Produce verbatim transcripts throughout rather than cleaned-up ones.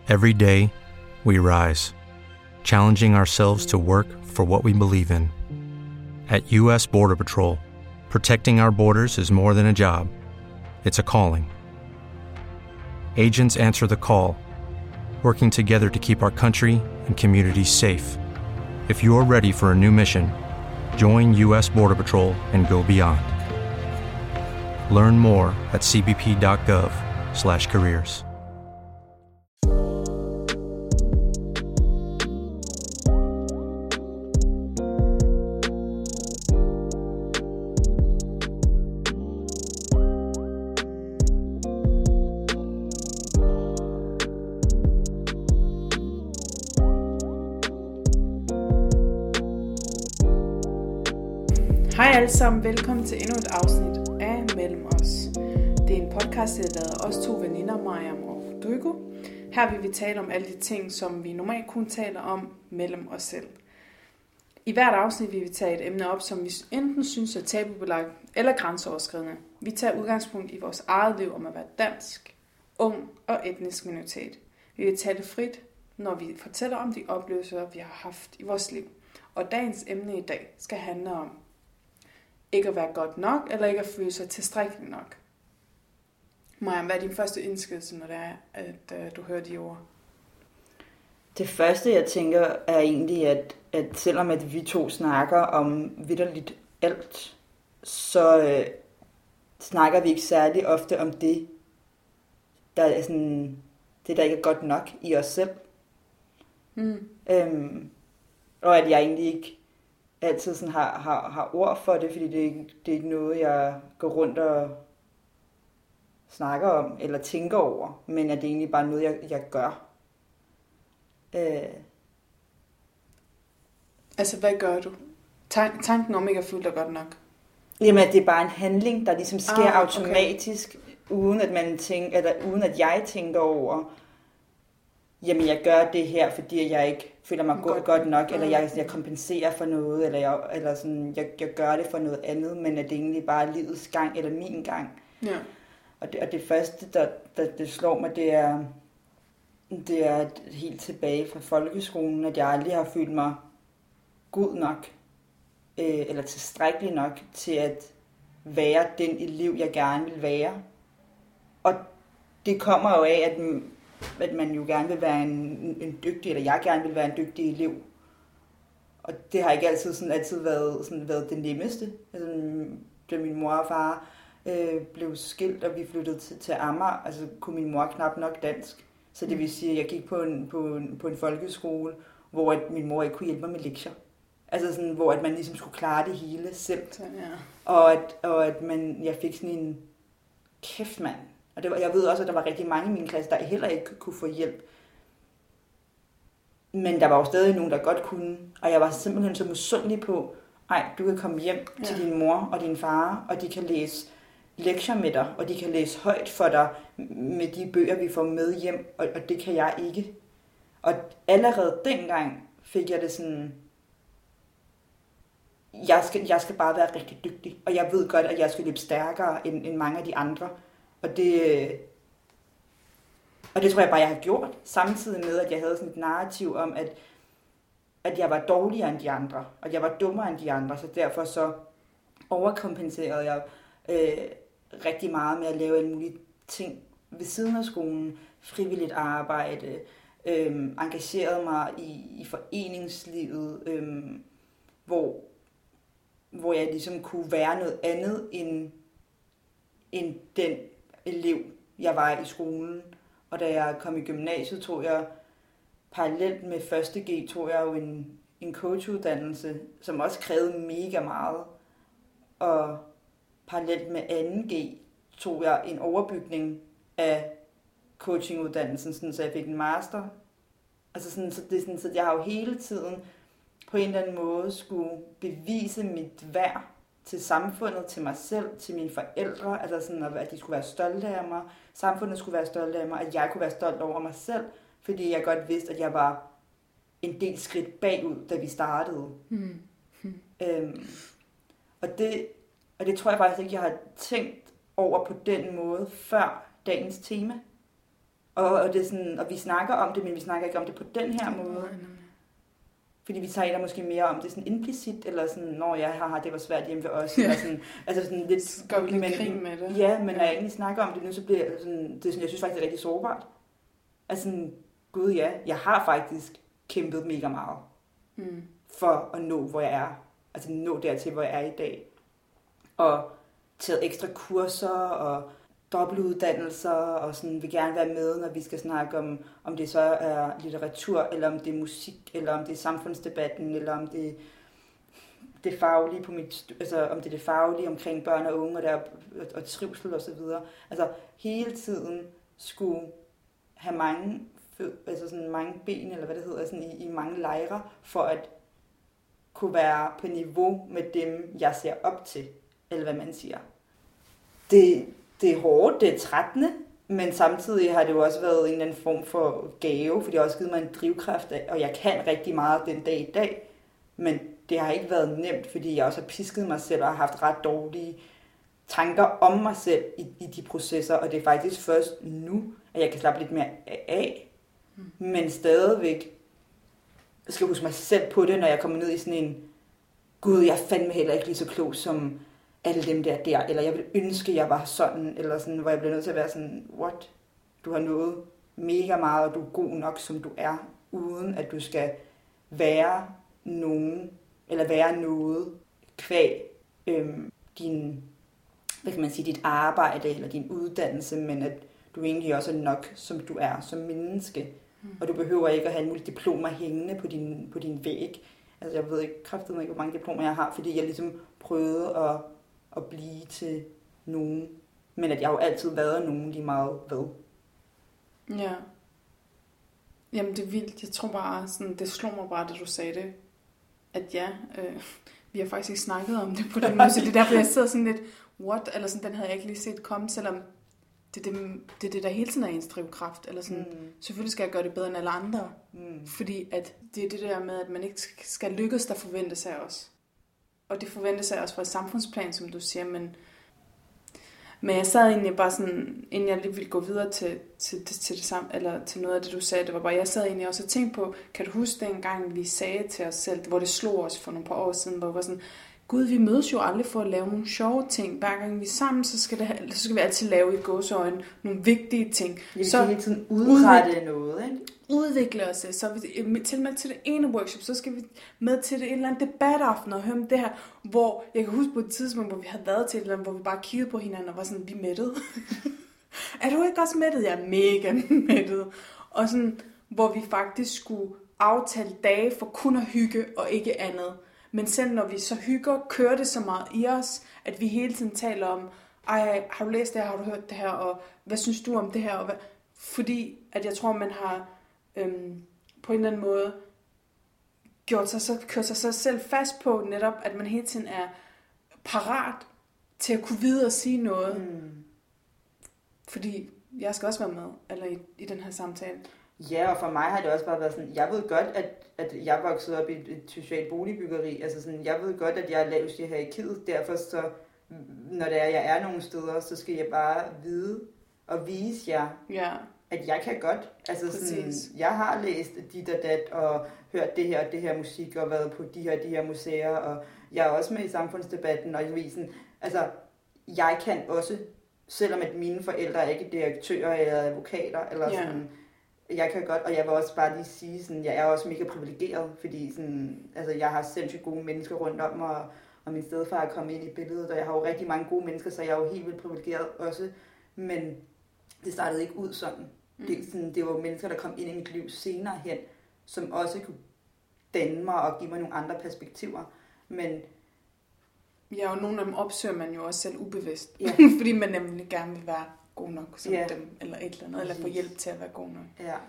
Every day, we rise, challenging ourselves to work for what we believe in. At U S Border Patrol, protecting our borders is more than a job. It's a calling. Agents answer the call, working together to keep our country and communities safe. If you're ready for a new mission, join U S Border Patrol and go beyond. Learn more at c b p dot gov slash careers. Hej alle sammen, velkommen til endnu et afsnit af Mellem os. Det er en podcast, der er lavet af os to veninder, Mariam og Rodrigo. Her vil vi tale om alle de ting, som vi normalt kun taler om mellem os selv. I hvert afsnit vil vi tage et emne op, som vi enten synes er tabubelagt eller grænseoverskridende. Vi tager udgangspunkt i vores eget liv om at være dansk, ung og etnisk minoritet. Vi vil tale frit, når vi fortæller om de oplevelser, vi har haft i vores liv. Og dagens emne i dag skal handle om ikke at være godt nok, eller ikke at føle sig tilstrækkelig nok. Mariam, hvad er din første indskydelse, når det er, at uh, du hører de ord? Det første, jeg tænker, er egentlig, at, at selvom at vi to snakker om vitterligt alt, så øh, snakker vi ikke særlig ofte om det, der er sådan, det, der ikke er godt nok i os selv. Mm. Øhm, og at jeg egentlig ikke altid sådan har, har, har ord for det, fordi det er, det er ikke noget, jeg går rundt og snakker om, eller tænker over, men at det er egentlig bare noget, jeg, jeg gør. Øh. Altså, hvad gør du? Tan- tanken om ikke at føle dig godt nok? Jamen, det er bare en handling, der ligesom sker ah, automatisk, okay. uden at man tænker, eller uden at jeg tænker over, jamen, jeg gør det her, fordi jeg ikke føler mig godt, godt nok, eller jeg, jeg kompenserer for noget, eller, jeg, eller sådan, jeg, jeg gør det for noget andet, men at det egentlig bare er livets gang, eller min gang. Ja. Og, det, og det første, der, der det slår mig, det er, det er helt tilbage fra folkeskolen, at jeg aldrig har følt mig god nok, øh, eller tilstrækkelig nok til at være den elev, jeg gerne vil være. Og det kommer jo af, at at man jo gerne vil være en, en dygtig, eller jeg gerne vil være en dygtig elev. Og det har ikke altid, sådan, altid været, sådan, været det nemmeste. Altså, da min mor og far øh, blev skilt, og vi flyttede til, til Amager, altså kunne min mor knap nok dansk. Så det vil sige, at jeg gik på en, på en, på en folkeskole, hvor at min mor ikke kunne hjælpe mig med lektier. Altså sådan, hvor at man ligesom skulle klare det hele selv. Så, ja. Og, at, og at man, jeg fik sådan en kæft mand. Og det var, jeg ved også, at der var rigtig mange i min klasse, der heller ikke kunne få hjælp. Men der var jo stadig nogen, der godt kunne. Og jeg var simpelthen så misundelig på, ej, du kan komme hjem ja. til din mor og din far, og de kan læse lektier med dig, og de kan læse højt for dig med de bøger, vi får med hjem, og, og det kan jeg ikke. Og allerede dengang fik jeg det sådan, jeg skal, jeg skal bare være rigtig dygtig, og jeg ved godt, at jeg skal løbe stærkere end, end mange af de andre. Og det, og det tror jeg bare, jeg har gjort, samtidig med, at jeg havde sådan et narrativ om, at, at jeg var dårligere end de andre, og jeg var dummere end de andre, så derfor så overkompenserede jeg øh, rigtig meget med at lave en mulig ting ved siden af skolen, frivilligt arbejde, øh, engagerede mig i, i foreningslivet, øh, hvor, hvor jeg ligesom kunne være noget andet end, end den elev, jeg var i skolen. Og da jeg kom i gymnasiet, tog jeg parallelt med første G, tog jeg jo en, en coachuddannelse, som også krævede mega meget. Og parallelt med anden G, tog jeg en overbygning af coachinguddannelsen, sådan, så jeg fik en master. Altså sådan, så det er sådan, så jeg har jo hele tiden på en eller anden måde skulle bevise mit værd til samfundet, til mig selv, til mine forældre, altså sådan, at de skulle være stolte af mig, samfundet skulle være stolte af mig, at jeg kunne være stolt over mig selv, fordi jeg godt vidste, at jeg var en del skridt bagud, da vi startede. Mm. Mm. Øhm, og, det, og det tror jeg faktisk ikke, jeg har tænkt over på den måde før dagens tema. Og, og, det er sådan, og vi snakker om det, men vi snakker ikke om det på den her måde. Fordi vi taler måske mere om det sådan implicit, eller sådan, når jeg har det var svært hjemme ved os. Ja. Eller sådan, altså sådan lidt, så gør vi lidt men, krig med det. Ja, men ja. Når jeg egentlig snakker om det nu, så bliver jeg sådan, det er sådan, jeg synes faktisk, det er rigtig sårbart. Altså sådan, gud ja, jeg har faktisk kæmpet mega meget. Mm. For at nå, hvor jeg er. Altså nå dertil, hvor jeg er i dag. Og taget ekstra kurser, og dobbeltuddannelser, og sådan vil gerne være med, når vi skal snakke om, om det så er litteratur, eller om det er musik, eller om det er samfundsdebatten, eller om det det faglige på mit, altså om det er det faglige omkring børn og unge, og, der, og, og trivsel og så videre. Altså hele tiden skulle have mange, altså sådan mange ben, eller hvad det hedder, sådan i, i mange lejre, for at kunne være på niveau med dem, jeg ser op til, eller hvad man siger. Det Det er hårdt, det er trættende, men samtidig har det jo også været en eller anden form for gave, for det har også givet mig en drivkraft, og jeg kan rigtig meget den dag i dag, men det har ikke været nemt, fordi jeg også har pisket mig selv og har haft ret dårlige tanker om mig selv i, i de processer, og det er faktisk først nu, at jeg kan slappe lidt mere af, mm. men stadigvæk skal huske mig selv på det, når jeg kommer ned i sådan en, gud, jeg er fandme heller ikke lige så klog som alle dem der der, eller jeg vil ønske, jeg var sådan, eller sådan, hvor jeg bliver nødt til at være sådan, what? Du har nået mega meget, og du er god nok, som du er, uden at du skal være nogen, eller være noget kvæg øhm, din, hvad kan man sige, dit arbejde, eller din uddannelse, men at du egentlig også er nok, som du er, som menneske. Mm. Og du behøver ikke at have en mulig diplomer hængende på din, på din væg. Altså jeg ved ikke, kraftedeme ikke, hvor mange diplomer jeg har, fordi jeg ligesom prøvede at at blive til nogen. Men at jeg jo altid været nogen lige meget hvad. Ja. Jamen det er vildt. Jeg tror bare, sådan, det slog mig bare, da du sagde det. At ja, øh, vi har faktisk ikke snakket om det på den måde. Så det er derfor, jeg sidder sådan lidt, what? Eller sådan, den havde jeg ikke lige set komme, selvom det er det, det, det der hele tiden er ens drivkraft. Eller sådan, mm. selvfølgelig skal jeg gøre det bedre end alle andre. Mm. Fordi at det er det der med, at man ikke skal lykkes, der forventes af os. Og det forventer sig også fra et samfundsplan, som du siger, men, men jeg sad egentlig bare sådan, inden jeg lige ville gå videre til, til, til, til, det samme, eller til noget af det, du sagde, det var bare, jeg sad egentlig også og tænkte på, kan du huske den gang, vi sagde til os selv, hvor det slog os for nogle par år siden, hvor vi var sådan, gud, vi mødes jo aldrig for at lave nogle sjove ting. Hver gang vi er sammen, så skal, det, så skal vi altid lave i gåseøjne nogle vigtige ting. Vi så kan hele tiden udrette udvikle, noget, ikke? Udvikle os. Så er vi til med til det ene workshop, så skal vi med til det en eller anden debataften og høre om det her, hvor jeg kan huske på et tidspunkt, hvor vi havde været til et eller andet, hvor vi bare kiggede på hinanden og var sådan, vi er mættet. Er du ikke også mættet? Jeg er mega mættet. Og sådan, hvor vi faktisk skulle aftale dage for kun at hygge og ikke andet. Men selv når vi så hygger, kører det så meget i os, at vi hele tiden taler om, ej, har du læst det her, har du hørt det her, og hvad synes du om det her? Og hvad? Fordi at jeg tror, man har øhm, på en eller anden måde gjort sig, så, kørt sig så selv fast på netop, at man hele tiden er parat til at kunne vide og sige noget. Mm. Fordi jeg skal også være med eller i, i den her samtale. Ja, og for mig har det også bare været sådan, jeg ved godt, at, at jeg voksede op i et, et socialt boligbyggeri. Altså sådan, jeg ved godt, at jeg er lavest i hierarkiet. Derfor så, når det er, jeg er nogle steder, så skal jeg bare vide og vise jer, ja. At jeg kan godt. Altså sådan, jeg har læst dit og dat, og hørt det her og det her musik, og været på de her de her museer, og jeg er også med i samfundsdebatten og i avisen. Altså, jeg kan også, selvom at mine forældre er ikke direktører eller advokater, eller ja. Sådan, jeg kan godt, og jeg vil også bare lige sige, sådan, jeg er også mega privilegeret, fordi sådan, altså, jeg har sindssygt gode mennesker rundt om mig, og, og min stedfar er kommet ind i billedet, og jeg har jo rigtig mange gode mennesker, så jeg er jo helt vildt privilegeret også, men det startede ikke ud sådan. Mm. Det, sådan, det var mennesker, der kom ind i mit liv senere hen, som også kunne danne mig og give mig nogle andre perspektiver, men ja, og nogle af dem opsøger man jo også selv ubevidst, ja. Fordi man nemlig gerne vil være god nok som ja. Dem, eller et eller andet, eller få hjælp til at være god nok. Ja.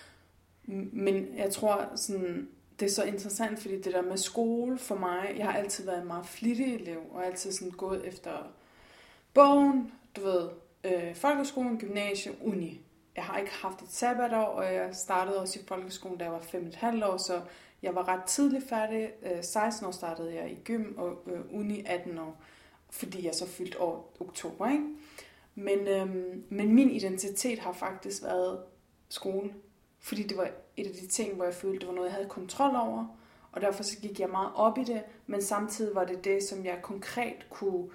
Men jeg tror, sådan, det er så interessant, fordi det der med skole for mig, jeg har altid været en meget flittig elev, og altid sådan gået efter bogen, du ved, øh, folkeskolen, gymnasium, uni. Jeg har ikke haft et sabbatår, og jeg startede også i folkeskolen, da jeg var fem og et halvt år, så jeg var ret tidligt færdig. Øh, seksten år startede jeg i gym, og øh, uni atten år, fordi jeg så fyldte år oktober, ikke? Men, øhm, men min identitet har faktisk været skole. Fordi det var et af de ting, hvor jeg følte, det var noget, jeg havde kontrol over. Og derfor så gik jeg meget op i det. Men samtidig var det det, som jeg konkret kunne...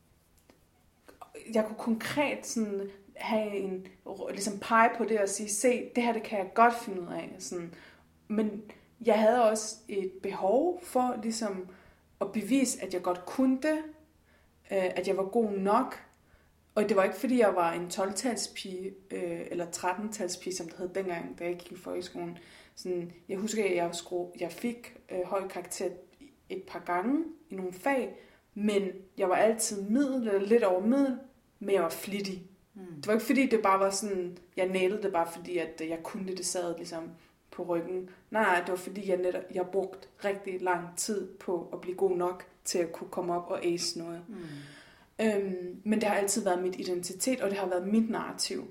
Jeg kunne konkret sådan have en... Ligesom pege på det og sige, se, det her det kan jeg godt finde ud af. Sådan. Men jeg havde også et behov for ligesom at bevise, at jeg godt kunne det. At jeg var god nok. Og det var ikke, fordi jeg var en tolv-talspige, øh, eller tretten-talspige, som det hed dengang, da jeg gik i folkeskolen. Sådan, jeg husker, at jeg, skru, jeg fik øh, høj karakter et par gange i nogle fag, men jeg var altid middel, eller lidt over middel, men jeg var flittig. Mm. Det var ikke, fordi det bare var sådan, jeg nailede det bare, fordi at jeg kunne det, det sad ligesom på ryggen. Nej, nej, det var fordi, jeg, netop, jeg brugte rigtig lang tid på at blive god nok til at kunne komme op og ace noget. Mm. Øhm, men det har altid været mit identitet, og det har været mit narrativ.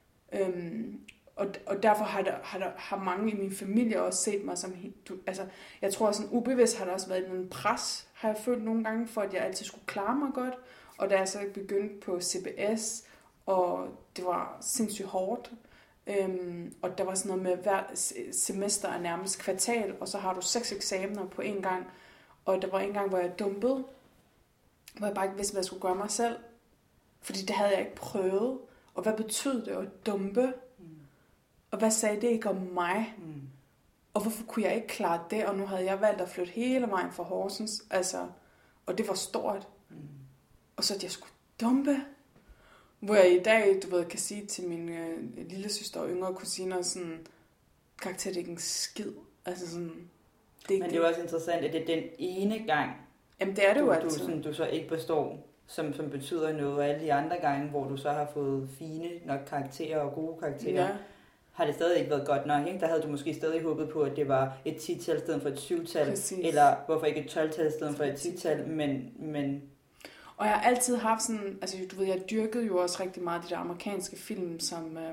Øhm, og, og derfor har, der, har, der, har mange i min familie også set mig som... Du, altså, jeg tror, sådan ubevidst har der også været en pres, har jeg følt nogle gange, for at jeg altid skulle klare mig godt. Og da jeg så begyndte på C B S, og det var sindssygt hårdt, øhm, og der var sådan noget med, hver semester er nærmest kvartal, og så har du seks eksamener på en gang. Og der var en gang, hvor jeg dumpede, hvor jeg bare ikke vidste, hvad jeg skulle gøre mig selv. Fordi det havde jeg ikke prøvet. Og hvad betød det at dumpe? Mm. Og hvad sagde det ikke om mig? Mm. Og hvorfor kunne jeg ikke klare det? Og nu havde jeg valgt at flytte hele vejen fra Horsens. Altså, og det var stort. Mm. Og så at jeg skulle dumpe. Hvor jeg i dag, du ved, kan sige til min øh, lille søster og yngre kusiner, sådan, karakter det ikke en skid. Altså sådan, det er Men det er også interessant, at det er den ene gang, Jamen, det er det du, jo du, sådan, du så ikke består, som, som betyder noget, og alle de andre gange, hvor du så har fået fine nok karakterer og gode karakterer, ja. Har det stadig ikke været godt nok, ikke? Der havde du måske stadig håbet på, at det var et ti-tal i stedet for et syv-tal, eller hvorfor ikke et tolv-tal i stedet for et ti-tal, men, men... Og jeg har altid haft sådan, altså du ved, jeg dyrkede jo også rigtig meget de der amerikanske film, som øh,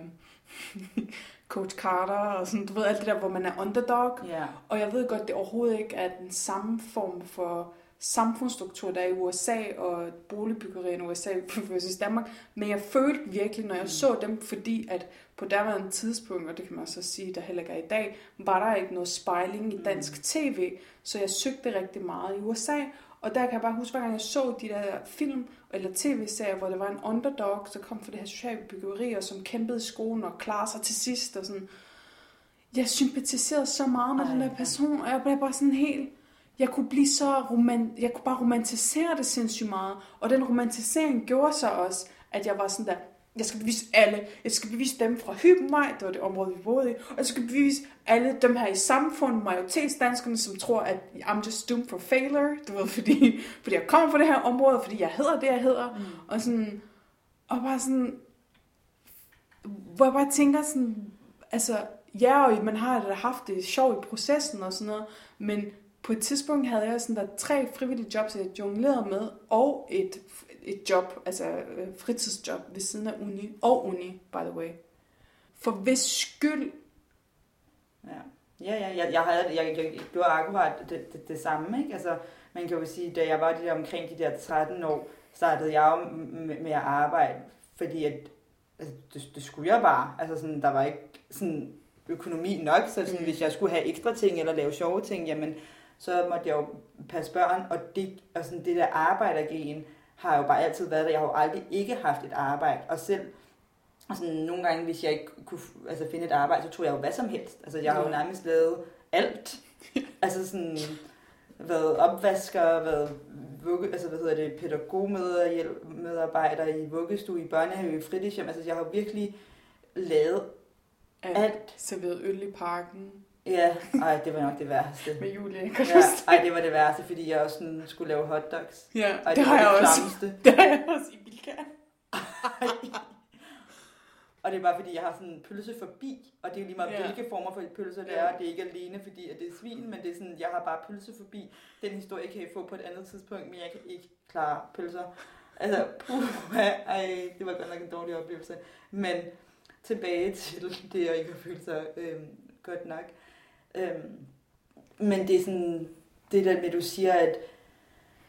Coach Carter, og sådan, du ved, alt det der, hvor man er underdog, yeah. Og jeg ved godt, det overhovedet ikke er den samme form for samfundsstruktur, der er i U S A, og boligbyggeri i U S A versus Danmark, men jeg følte virkelig, når jeg mm. så dem, fordi at på derværende tidspunkt, og det kan man også sige, der heller ikke er i dag, var der ikke noget spejling i dansk mm. tv, så jeg søgte rigtig meget i U S A, og der kan jeg bare huske, hver gang jeg så de der film eller tv-serier, hvor der var en underdog, så kom fra det her sociale byggerier, som kæmpede i skolen og klarede sig til sidst, og sådan, jeg sympatiserede så meget med Ej, den der person, og jeg blev bare sådan helt, jeg kunne blive så romant, jeg kunne bare romantisere det sindssygt meget, og den romantisering gjorde så også, at jeg var sådan der, jeg skal bevise alle, jeg skal bevise dem fra Hybenvej, det var det område, vi boede i, og jeg skal bevise alle dem her i samfundet, majoritetsdanskerne, som tror, at I'm just doomed for failure, du ved, fordi, fordi jeg kommer fra det her område, fordi jeg hedder det, jeg hedder, mm. og sådan, og bare sådan, hvor jeg bare tænker sådan, altså, ja, og man har da haft det sjovt i processen og sådan noget, men på et tidspunkt havde jeg sådan der tre frivillige jobs, jeg jonglerede med, og et, et job, altså fritidsjob ved siden af uni, og uni, by the way. For hvis skyld... Ja, ja, ja jeg, jeg, havde, jeg, jeg, jeg gjorde akkurat det, det, det samme, ikke? Altså, man kan jo sige, da jeg var de der, omkring de der tretten år, startede jeg jo med, med at arbejde, fordi at, altså, det, det skulle jeg bare. Altså, sådan, der var ikke sådan økonomi nok, så sådan, mm. hvis jeg skulle have ekstra ting, eller lave sjove ting, jamen, så måtte jeg jo passe børn, og det, og sådan det der arbejdergen har jo bare altid været der. Jeg har jo aldrig ikke haft et arbejde, og selv altså, nogle gange, hvis jeg ikke kunne altså, finde et arbejde, så tog jeg jo hvad som helst. Altså, jeg har jo nærmest lavet alt. Altså sådan, været opvasker, været vugge, altså, hvad hedder det, pædagogmedarbejder i vuggestue, i børnehave, i fritidshjem. Altså, jeg har virkelig lavet alt. alt. Serveret øl i parken. Ja, ej, det var nok det værste. Med Julie, kan du ja, ej, det var det værste, fordi jeg også sådan skulle lave hotdogs. Ja, ej, det, det har jeg det også. Det har jeg også i Bilka. Og det er bare fordi, jeg har sådan en pølse forbi, og det er jo lige meget, ja. hvilke former for pølser det er. Det er ikke alene, fordi at det er svin, men det er sådan, jeg har bare pølse forbi. Den historie kan jeg få på et andet tidspunkt, men jeg kan ikke klare pølser. Altså, puh, ej, det var godt nok en dårlig oplevelse. Men tilbage til det, jeg ikke har følt sig øhm, godt nok. Øhm, men det er sådan, det der med, du siger, at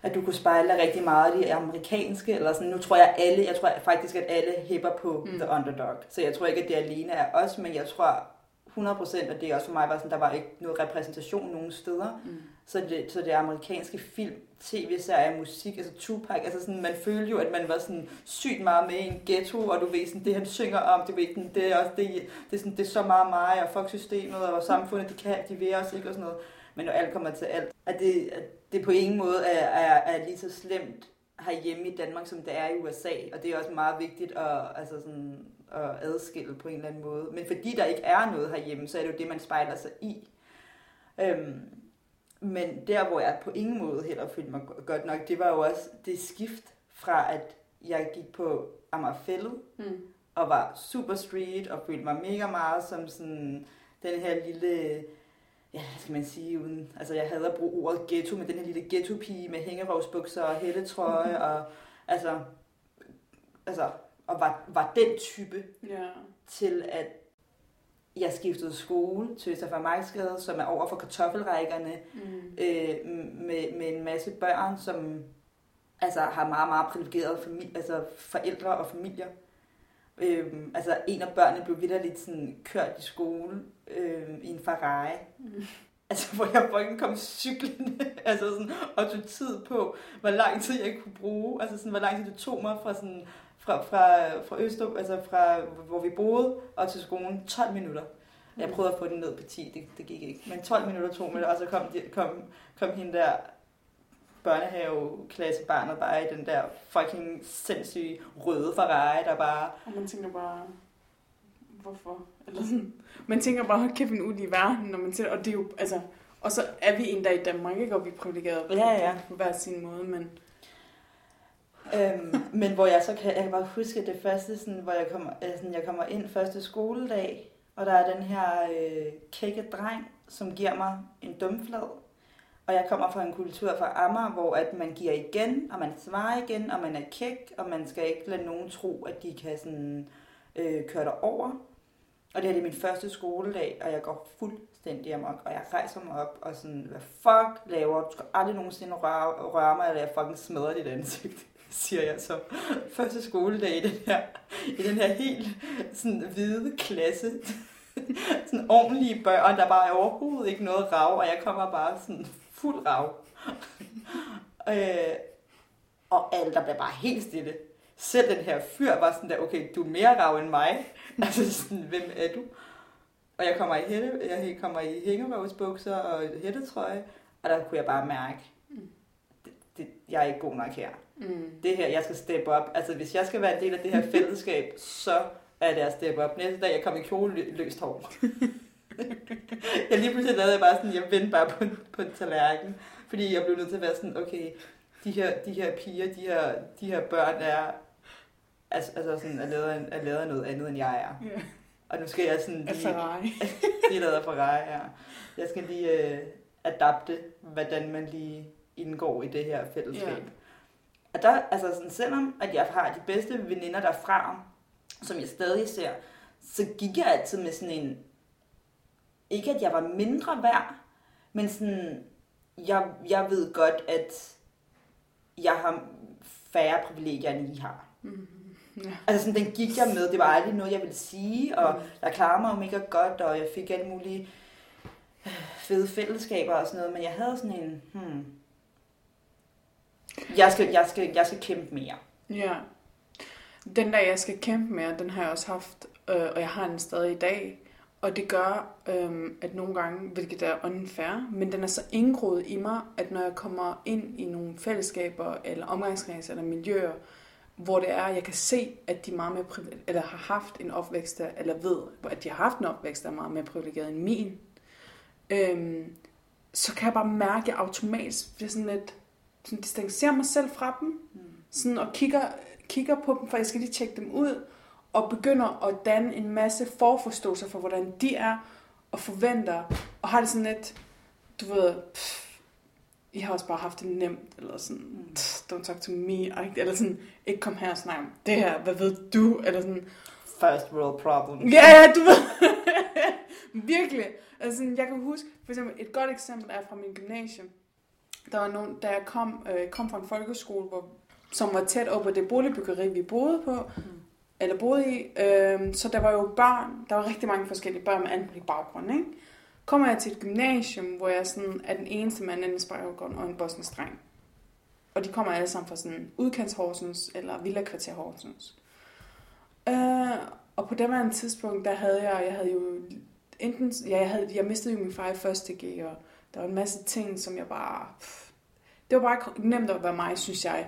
at du kunne spejle dig rigtig meget af de amerikanske, eller sådan, nu tror jeg alle, jeg tror faktisk, at alle hipper på mm. The Underdog, så jeg tror ikke, at det alene er os, men jeg tror hundrede procent, at det også for mig var sådan, der var ikke noget repræsentation nogen steder, mm. så, det, så det amerikanske film, tv-serier, musik, altså Tupac, altså sådan, man følte jo, at man var sådan sygt meget med i en ghetto, og du ved sådan, det han synger om, det, ved, det er også, det, det, er sådan, det er så meget mig, og fuck systemet, og samfundet, de kan, de vil os ikke, og sådan noget. Men når alt kommer til alt, at det, at det på ingen måde er, er, er lige så slemt herhjemme i Danmark, som det er i U S A. Og det er også meget vigtigt at, altså sådan, at adskille på en eller anden måde. Men fordi der ikke er noget herhjemme, så er det jo det, man spejler sig i. Øhm, men der, hvor jeg på ingen måde heller følte mig godt nok, det var jo også det skift fra, at jeg gik på Amagerfælled, mm. og var super street, og følte mig mega meget som sådan den her lille... Ja, hvad skal man sige, uden, altså jeg havde at bruge ordet ghetto, med den her lille ghetto-pige med hængerøvsbukser og hættetrøje, mm-hmm. og altså, altså, og var, var den type yeah. til, at jeg skiftede skole til Østerfarmarksgade, som er over for kartoffelrækkerne, mm. øh, med, med en masse børn, som altså har meget, meget privilegerede familie, altså forældre og familier. Øhm, altså en af børnene blev vitterligt sådan kørt i skole øhm, i en Ferrari. Mm. Altså hvor jeg fucking kom cyklende, altså sådan, og tog tid på, hvor lang tid jeg kunne bruge, altså sådan, hvor lang tid det tog mig fra sådan, fra, fra, fra Østrup, altså fra hvor vi boede, og til skolen, tolv minutter. Jeg prøvede at få den ned på ti, det, det gik ikke, men tolv minutter tog mig, og så kom, kom, kom hende der børnehaveklassebarnet bare i den der fucking sindssyge røde Ferrari, der bare... Og man tænker bare, hvorfor? Eller sådan. Man tænker bare, hold kæft en ud i verden, når man ser, og det er jo, altså, og så er vi en dag i Danmark, ikke? Og vi er privilegerede ja, ja. på hver sin måde, men... Øhm, men hvor jeg så kan, jeg kan bare huske det første, sådan, hvor jeg kommer, altså, jeg kommer ind første skoledag, og der er den her øh, kække dreng, som giver mig en dumflad. Og jeg kommer fra en kultur fra Amager, hvor at man giver igen, og man svarer igen, og man er kæk, og man skal ikke lade nogen tro, at de kan sådan, øh, køre dig over. Og det her det er min første skoledag, og jeg går fuldstændig amok, og jeg rejser mig op, og sådan, hvad fuck laver du? Du skal aldrig nogensinde røre, røre mig, eller jeg fucking smadrer dit ansigt, siger jeg så. Første skoledag i den her, i den her helt sådan hvide klasse. Sådan ordentlige børn, der bare er overhovedet ikke noget rav, og jeg kommer bare sådan fuld rav. øh, og alle der bliver bare helt stille. Selv den her fyr var sådan der, okay, du er mere rav end mig. Altså sådan, hvem er du? Og jeg kommer i hætte, jeg kommer i hængerøvsbukser og hættetrøje, og der kunne jeg bare mærke, det, det, jeg er ikke god nok her. Mm. Det her, jeg skal steppe op. Altså hvis jeg skal være en del af det her fællesskab, så er det at steppe op. Næste dag, jeg kom i kjole løst hår. Jeg lige pludselig lavede jeg bare sådan, jeg vendte bare på, på en tallerken, fordi jeg blev nødt til at være sådan, okay, de her, de her piger, de her, de her børn er, altså, altså sådan, er, lavet, er lavet af noget andet, end jeg er. Yeah. Og nu skal jeg sådan lige... Ferrari. De er lavet af Ferrari, ja. Jeg skal lige uh, adapte, hvordan man lige indgår i det her fællesskab. Yeah. Og der, altså sådan, selvom at jeg har de bedste veninder derfra, som jeg stadig ser, så gik jeg altid med sådan en, ikke at jeg var mindre værd, men sådan, jeg, jeg ved godt, at jeg har færre privilegier, end I har. Mm, yeah. Altså sådan, den gik jeg med, det var aldrig noget, jeg ville sige, og jeg klarede mig jo mega godt, og jeg fik alle mulige fede fællesskaber og sådan noget, men jeg havde sådan en, hmm, jeg skal, jeg skal, jeg skal kæmpe mere. Ja. Yeah. Den der, jeg skal kæmpe med, den har jeg også haft, øh, og jeg har den stadig i dag. Og det gør, øh, at nogle gange, hvilket er unfair, men den er så indgroet i mig, at når jeg kommer ind i nogle fællesskaber, eller omgangskredse, eller miljøer, hvor det er, jeg kan se, at de meget mere privileg- eller har haft en opvækst, der, eller ved, at de har haft en opvækst, der er meget mere privilegeret end min, øh, så kan jeg bare mærke, at jeg automatisk bliver sådan lidt, sådan distancerer mig selv fra dem, mm. sådan, og kigger... kigger på dem, for jeg skal lige tjekke dem ud, og begynder at danne en masse forforståelser for, hvordan de er, og forventer, og har det sådan lidt, du ved, pff, I har også bare haft det nemt, eller sådan, pff, don't talk to me, eller sådan, ikke kom her og snak om det her, hvad ved du, eller sådan. First world problem. Ja, yeah, du ved, virkelig. Altså, jeg kan huske, for eksempel, et godt eksempel er fra min gymnasium, der var nogen, da jeg kom, øh, kom fra en folkeskole, hvor, som var tæt op på det boligbyggeri, vi boede på, mm. eller boede i, øh, så der var jo børn, der var rigtig mange forskellige børn med anden baggrund, ikke? Kommer jeg til et gymnasium, hvor jeg sådan er den eneste med en anden baggrund og en bosnisk dreng. Og de kommer alle sammen fra sådan udkants Horsens eller villakvarter Horsens. Øh, og på det var en tidspunkt, der havde jeg, jeg havde jo enten, ja, jeg, havde, jeg mistede jo min far i første G, og der var en masse ting, som jeg bare, pff, det var bare nemt at være mig, synes jeg.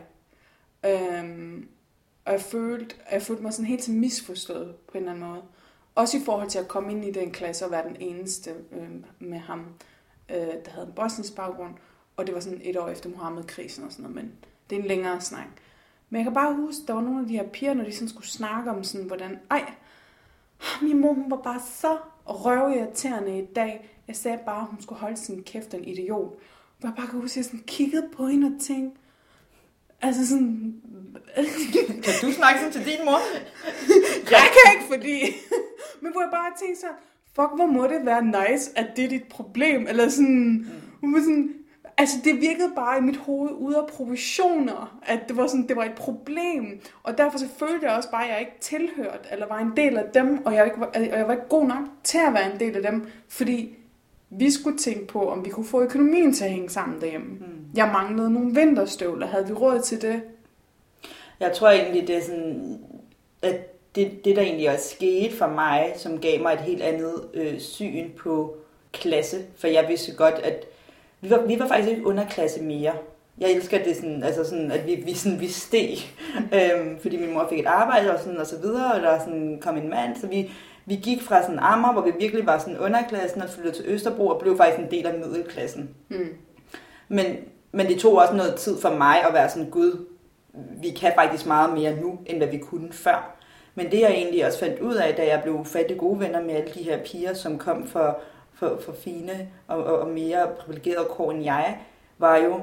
Øh, og jeg følte, jeg følte mig sådan helt til misforstået på en eller anden måde. Også i forhold til at komme ind i den klasse og være den eneste øh, med ham, øh, der havde en bosnisk baggrund. Og det var sådan et år efter Mohammed-krisen og sådan noget, men det er en længere snak. Men jeg kan bare huske, der var nogle af de her piger, når de sådan skulle snakke om sådan, hvordan, ej, min mor, hun var bare så røvirriterende i dag. Jeg sagde bare, hun skulle holde sin kæft, en idiot. Og jeg bare kan huske, at jeg sådan kiggede på hende og tænkte, altså sådan... Kan du snakke sådan til din mor? Jeg kan ikke, fordi... Men hvor jeg bare tænkte så, fuck, hvor må det være nice, at det er dit problem, eller sådan... Mm. sådan altså, det virkede bare i mit hoved ude af proportioner, at det var, sådan, det var et problem. Og derfor så følte jeg også bare, at jeg ikke tilhørte, eller var en del af dem, og jeg, ikke var, og jeg var ikke god nok til at være en del af dem, fordi vi skulle tænke på, om vi kunne få økonomien til at hænge sammen derhjemme. Mm. Jeg manglede nogle vinterstøvler. Havde vi råd til det? Jeg tror egentlig, det er sådan, at det, det der egentlig også skete for mig, som gav mig et helt andet øh, syn på klasse. For jeg vidste godt, at vi var, vi var faktisk ikke underklasse mere. Jeg elsker det sådan, altså sådan, at vi, vi, sådan, vi steg, øhm, fordi min mor fik et arbejde og, sådan, og så videre, og der sådan, kom en mand. Så vi, vi gik fra sådan Amager, hvor vi virkelig var sådan underklassen, og flyttede til Østerbro og blev faktisk en del af middelklassen. Mm. Men, men det tog også noget tid for mig at være sådan, gud, vi kan faktisk meget mere nu, end hvad vi kunne før. Men det jeg egentlig også fandt ud af, da jeg blev fattig gode venner med alle de her piger, som kom for, for, for fine og, og, og mere privilegerede kår end jeg, var jo,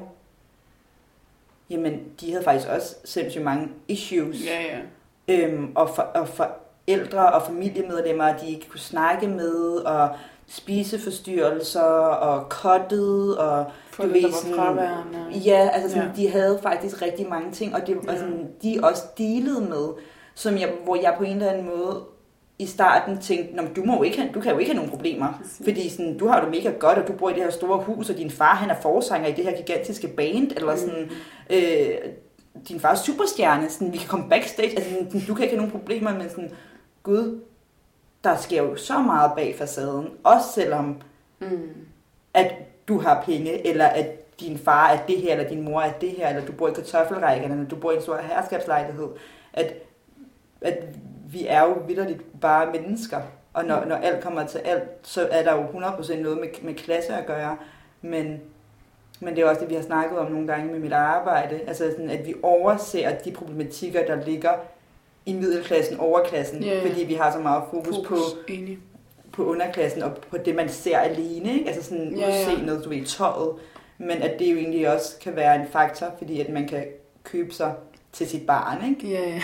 jamen, de havde faktisk også sindssygt mange issues. Ja, ja. Øhm, og, for, og forældre og familiemedlemmer, de ikke kunne snakke med, og spiseforstyrrelser, og kottet, og du ved, sådan, ja, altså sådan, ja. De havde faktisk rigtig mange ting, og det var sådan, ja. De også dealede med, som jeg, hvor jeg på en eller anden måde i starten tænkte, du, må jo ikke have, du kan jo ikke have nogen problemer, præcis. Fordi sådan, du har det mega godt, og du bor i det her store hus, og din far han er forsanger i det her gigantiske band, eller sådan, mm. øh, din far er superstjerne, sådan, vi kan komme backstage, altså sådan, du kan ikke have nogen problemer, men sådan, gud, der sker jo så meget bag facaden, også selvom, mm. at du har penge, eller at din far er det her, eller din mor er det her, eller du bor i kartoffelrækkerne, eller du bor i en stor herskabslejlighed, at, at vi er jo vitterligt bare mennesker, og når, når alt kommer til alt, så er der jo hundrede procent noget med, med klasse at gøre, men, men det er også det, vi har snakket om nogle gange med mit arbejde, altså sådan, at vi overser de problematikker, der ligger i middelklassen, overklassen, yeah. fordi vi har så meget fokus, fokus. på, på underklassen, og på det, man ser alene, ikke? Altså sådan yeah, udseendet, du ved, tøjet, men at det jo egentlig også kan være en faktor, fordi at man kan købe sig til sit barn, ikke? Yeah.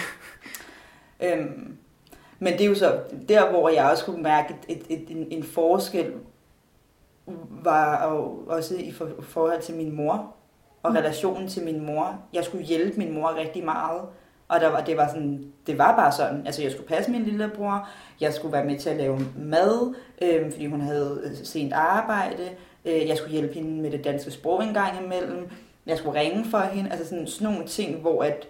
Øhm, men det er jo så der, hvor jeg også kunne mærke et, et, et, en, en forskel, var jo også i for, forhold til min mor, og mm. relationen til min mor. Jeg skulle hjælpe min mor rigtig meget, og der var, det, var sådan, det var bare sådan, altså jeg skulle passe min lillebror, jeg skulle være med til at lave mad, øh, fordi hun havde sent arbejde, øh, jeg skulle hjælpe hende med det danske sprog en gang imellem, jeg skulle ringe for hende, altså sådan, sådan nogle ting, hvor at,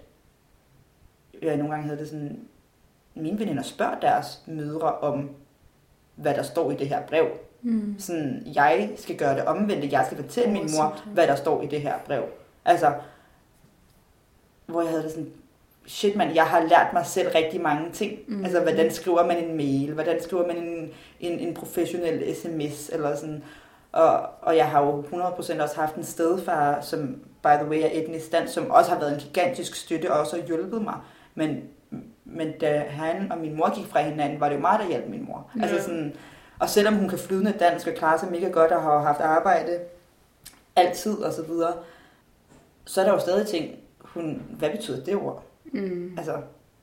jeg nogle gange havde det sådan, mine veninder spørger deres mødre om, hvad der står i det her brev. Mm. Sådan, jeg skal gøre det omvendte, jeg skal fortælle min mor, hvad der står i det her brev. Altså, hvor jeg havde det sådan, shit man, jeg har lært mig selv rigtig mange ting. Mm. Altså, hvordan skriver man en mail, hvordan skriver man en, en, en professionel sms, eller sådan. Og, og jeg har jo hundrede procent også haft en stedfar, som by the way er etnisk dansk, som også har været en gigantisk støtte, og også har hjulpet mig. Men, men da han og min mor gik fra hinanden, var det jo mig, der hjalp min mor. Ja. Altså sådan, og selvom hun kan flydende dansk og klare sig mega godt, og har haft arbejde altid og så videre, så er der jo stadig ting, hun, hvad betyder det ord? Mm. Altså,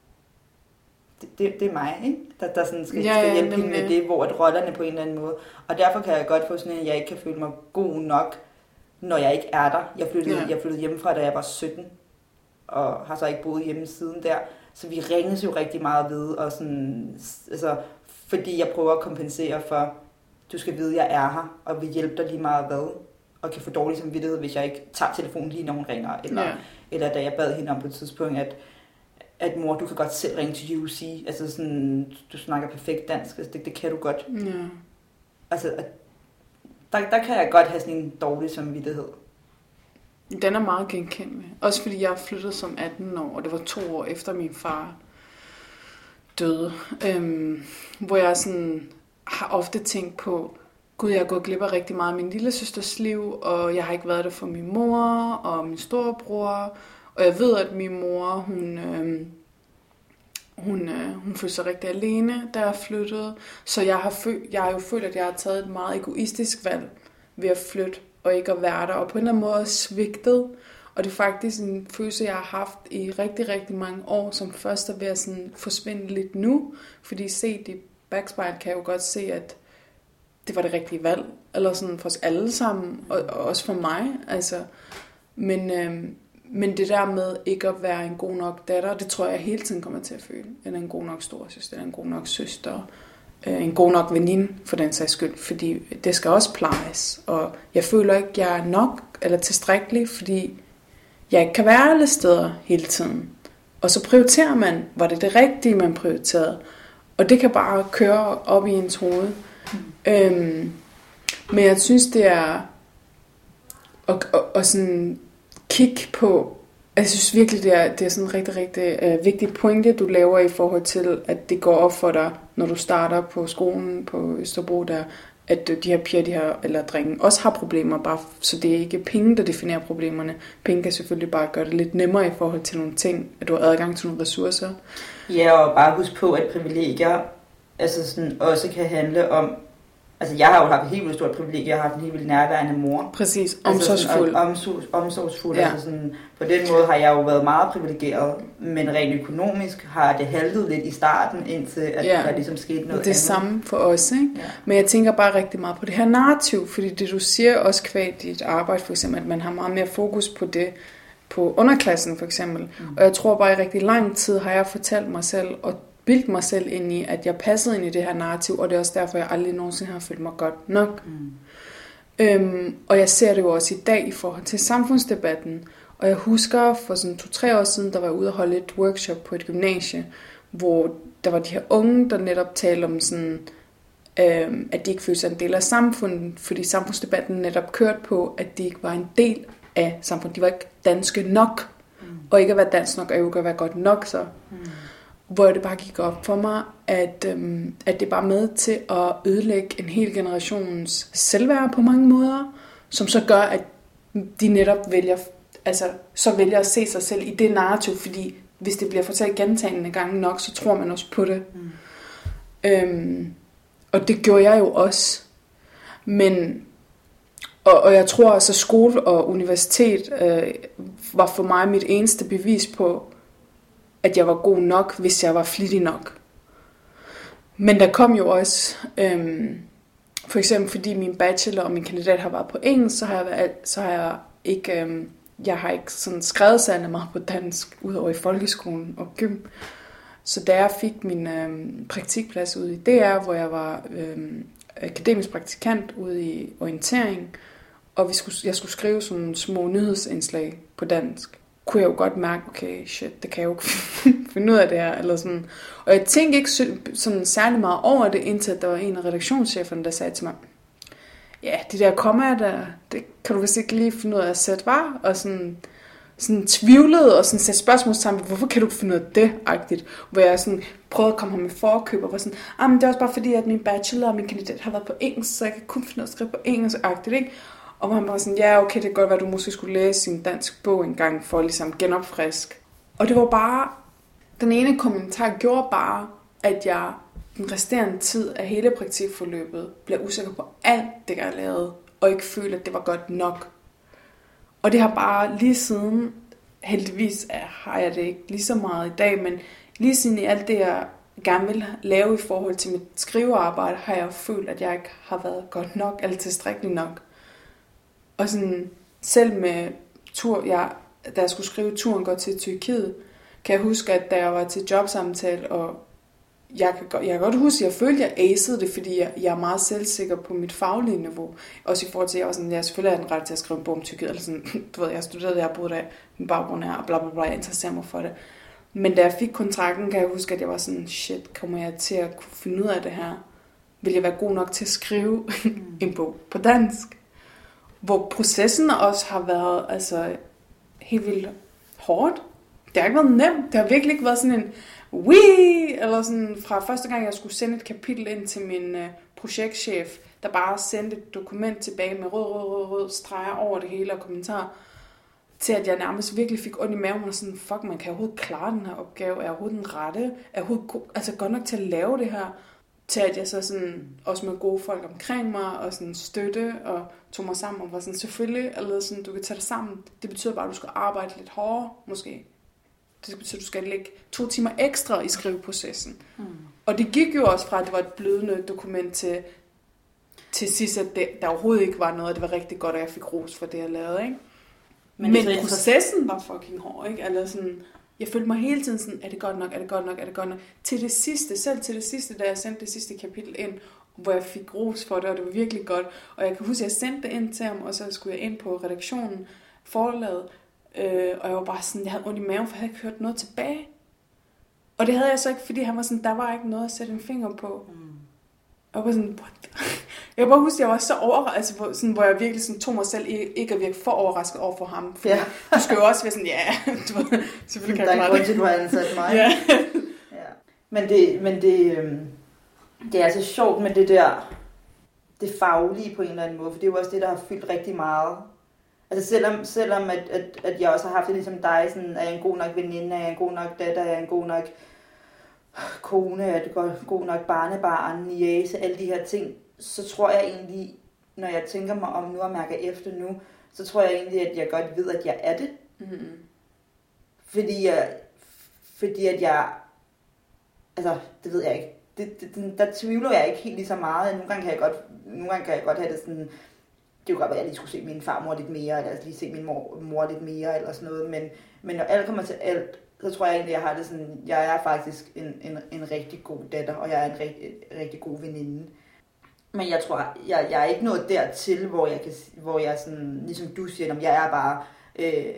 det, det, det er mig, ikke? Der, der sådan skal, ja, skal hjælpe hende med det, hvor at rollerne på en eller anden måde. Og derfor kan jeg godt få sådan, at jeg ikke kan føle mig god nok når jeg ikke er der. Jeg flyttede, Ja. jeg flyttede hjemmefra, da jeg var sytten, og har så ikke boet hjemme siden der. Så vi ringes jo rigtig meget ved, og sådan, altså, fordi jeg prøver at kompensere for, du skal vide, at jeg er her, og vil hjælpe dig lige meget hvad, og kan få dårlig samvittighed, hvis jeg ikke tager telefonen lige, når hun ringer. Eller, Ja. eller da jeg bad hende om på et tidspunkt, at, at mor, du kan godt selv ringe til U C. Altså sådan, du snakker perfekt dansk, altså det, det kan du godt. Ja. Altså, der, der kan jeg godt have sådan en dårlig samvittighed. Den er meget genkendelig. Også fordi jeg flyttede som atten år, og det var to år efter min far døde. Øhm, hvor jeg sådan har ofte tænkt på, gud, jeg har gået glip af rigtig meget af min lille søsters liv, og jeg har ikke været der for min mor og min storebror. Og jeg ved, at min mor, hun, øhm, hun, øh, hun følte sig rigtig alene, da jeg flyttede. Så jeg har, føl- jeg har jo følt, at jeg har taget et meget egoistisk valg ved at flytte og ikke at være der. Og på en eller anden måde svigtet. Og det er faktisk en følelse, jeg har haft i rigtig, rigtig mange år, som først er ved at sådan forsvinde lidt nu. Fordi set i backspejl kan jeg jo godt se, at det var det rigtige valg. Eller sådan for os alle sammen, og, og også for mig. Altså, men, øhm, men det der med ikke at være en god nok datter, det tror jeg hele tiden kommer til at føle. Eller en god nok storesøster, eller en god nok søster, øh, en god nok veninde for den sags skyld. Fordi det skal også plejes. Og jeg føler ikke, jeg er nok eller tilstrækkelig, fordi jeg ikke kan være alle steder hele tiden. Og så prioriterer man, var det det rigtige, man prioriterede. Og det kan bare køre op i ens hoved. Mm. Øhm, men jeg synes, det er at, at, at sådan kigge på, jeg synes virkelig, det er, det er sådan en rigtig, rigtig uh, vigtig pointe, du laver i forhold til, at det går op for dig, når du starter på skolen på Østerbro, der, at de her piger, de her, eller drenge, også har problemer, bare, så det er ikke penge, der definerer problemerne. Penge kan selvfølgelig bare gøre det lidt nemmere i forhold til nogle ting, at du har adgang til nogle ressourcer. Ja, og bare husk på, at privilegier altså sådan, også kan handle om, altså jeg har jo haft et helt vildt stort privilegie, jeg har haft en helt vildt nærværende mor. Præcis, omsorgsfuld. Altså omsorgsfuld. Omsorgsfuld, ja. Altså sådan, på den måde har jeg jo været meget privilegeret, men rent økonomisk har det haltet lidt i starten, indtil at ja. Der ligesom skete noget det er andet. samme for os, ikke? Ja. Men jeg tænker bare rigtig meget på det her narrativ, fordi det du siger også kvad dit arbejde, for eksempel, at man har meget mere fokus på det, på underklassen for eksempel. Mm. Og jeg tror bare, i rigtig lang tid har jeg fortalt mig selv, og bildt mig selv ind i, at jeg passede ind i det her narrativ, og det er også derfor, jeg aldrig nogensinde har følt mig godt nok. Mm. Øhm, og jeg ser det jo også i dag i forhold til samfundsdebatten. Og jeg husker, for sådan to-tre år siden, der var jeg ude og holde et workshop på et gymnasie, hvor der var de her unge, der netop talte om sådan, øhm, at de ikke følte sig en del af samfundet, fordi samfundsdebatten netop kørte på, at de ikke var en del af samfundet. De var ikke danske nok, mm. og ikke at være dansk nok, og ikke at være godt nok så. Mm. Hvor det bare gik op for mig, at, øhm, at det bare er med til at ødelægge en hel generations selvværd på mange måder, som så gør, at de netop vælger, altså, så vælger at se sig selv i det narrativ, fordi hvis det bliver fortalt gentagende gange nok, så tror man også på det. Mm. Øhm, og det gjorde jeg jo også. Men, og, og jeg tror også, at skole og universitet øh, var for mig mit eneste bevis på, at jeg var god nok, hvis jeg var flittig nok. Men der kom jo også, øhm, for eksempel fordi min bachelor og min kandidat har været på engelsk, så har jeg, været, så har jeg ikke, øhm, jeg har ikke sådan skrevet særlig meget på dansk, udover i folkeskolen og gym. Så da jeg fik min øhm, praktikplads ude i D R, hvor jeg var øhm, akademisk praktikant ude i orientering, og vi skulle, jeg skulle skrive sådan nogle små nyhedsindslag på dansk, kunne jeg jo godt mærke, okay, shit, det kan jeg jo ikke finde ud af det her, eller sådan. Og jeg tænkte ikke sådan særlig meget over det, indtil der var en af redaktionscheferne, der sagde til mig, ja, de der kommaer der, det kan du vist ikke lige finde ud af at sætte, var? Og sådan, sådan tvivlede, og sådan sætte spørgsmålstegn, hvorfor kan du ikke finde ud af det, agtigt? Hvor jeg sådan prøvede at komme ham med forkøb, og var sådan, ah, men det er også bare fordi, at min bachelor og min kandidat har været på engelsk, så jeg kan kun finde ud af at skrive på engelsk, agtigt, ikke? Og han var sådan, ja, okay, det kan godt være, at du måske skulle læse sin dansk bog en gang for ligesom genopfrisk. Og det var bare, den ene kommentar gjorde bare, at jeg den resterende tid af hele praktikforløbet blev usikker på alt det, jeg lavede, og ikke følte, at det var godt nok. Og det har bare lige siden, heldigvis har jeg det ikke lige så meget i dag, men lige siden i alt det, jeg gerne vil lave i forhold til mit skrivearbejde, har jeg følt, at jeg ikke har været godt nok eller tilstrækkeligt nok. Og sådan, selv med tur, jeg, da jeg skulle skrive turen går til Tyrkiet, kan jeg huske, at da jeg var til jobsamtale, og jeg kan, jeg kan godt huske, at jeg følte, at jeg acede det, fordi jeg, jeg er meget selvsikker på mit faglige niveau. Også i forhold til, at jeg var sådan, jeg selvfølgelig er den ret til at skrive en bog om Tyrkiet, eller sådan, du ved, jeg studerede, jeg boede der, min baggrund er, og bla bla bla, jeg interesserer mig for det. Men da jeg fik kontrakten, kan jeg huske, at jeg var sådan, shit, kommer jeg til at kunne finde ud af det her? Vil jeg være god nok til at skrive en bog på dansk? Hvor processen også har været altså, helt vildt hårdt. Det har ikke været nemt. Det har virkelig ikke været sådan en wii, eller sådan fra første gang, jeg skulle sende et kapitel ind til min uh, projektchef, der bare sendte et dokument tilbage med rød, rød, rød, rød streger over det hele og kommentarer, til at jeg nærmest virkelig fik ondt i maven og sådan, fuck, man kan overhovedet klare den her opgave, er jeg overhovedet den rette, er jeg overhovedet go- altså godt nok til at lave det her, til at jeg så sådan, også med gode folk omkring mig, og sådan støtte, og tog mig sammen, og var sådan, selvfølgelig, eller sådan, du kan tage dig sammen, det betyder bare, at du skal arbejde lidt hårdere, måske. Det betyder, at du skal lægge to timer ekstra i skriveprocessen. Mm. Og det gik jo også fra, at det var et blødende dokument til, til sidst, at det, der overhovedet ikke var noget, og det var rigtig godt, at jeg fik ros for det, jeg lavede, ikke? Men, Men processen var fucking hård, ikke? Eller sådan, jeg følte mig hele tiden sådan, er det godt nok, er det godt nok, er det godt nok? Til det sidste, selv til det sidste, da jeg sendte det sidste kapitel ind, hvor jeg fik ros for det, og det var virkelig godt. Og jeg kan huske, at jeg sendte det ind til ham, og så skulle jeg ind på redaktionen, forlaget, øh, og jeg var bare sådan, jeg havde ondt i maven, for jeg havde ikke hørt noget tilbage. Og det havde jeg så ikke, fordi han var sådan, der var ikke noget at sætte en finger på. Mm. Jeg var sådan, what? Jeg kan bare huske, at jeg var så overrasket, altså, hvor, sådan, hvor jeg virkelig sådan, tog mig selv ikke at virke for overrasket over for ham. For ja. Du skal jo også være sådan, ja, du ved, selvfølgelig kan jeg klare det. Der er grund til, at du har ansat mig. Ja. Ja. Men, det, men det, øhm, det er så sjovt med det der, det faglige på en eller anden måde, for det er jo også det, der har fyldt rigtig meget. Altså selvom, selvom at, at, at jeg også har haft det ligesom dig, sådan, er jeg en god nok veninde, er jeg en god nok datter, er jeg en god nok kone, er jeg god nok barnebarn, niece, alle de her ting, så tror jeg egentlig, når jeg tænker mig om nu og mærker efter nu, så tror jeg egentlig, at jeg godt ved, at jeg er det. Mm-hmm. Fordi jeg, fordi at jeg, altså, det ved jeg ikke, det, det, der tvivler jeg ikke helt lige så meget. Nogle gange kan jeg godt, nogle gange kan jeg godt have det sådan, det kunne godt være, at jeg lige skulle se min farmor lidt mere, eller lige se min mor, mor lidt mere, eller sådan noget, men, men når alt kommer til alt, så tror jeg egentlig, at jeg har det sådan, jeg er faktisk en, en, en rigtig god datter, og jeg er en rigtig, en rigtig god veninde. Men jeg tror, jeg, jeg er ikke nået dertil, hvor jeg, kan, hvor jeg sådan, ligesom du siger, jeg er bare, øh,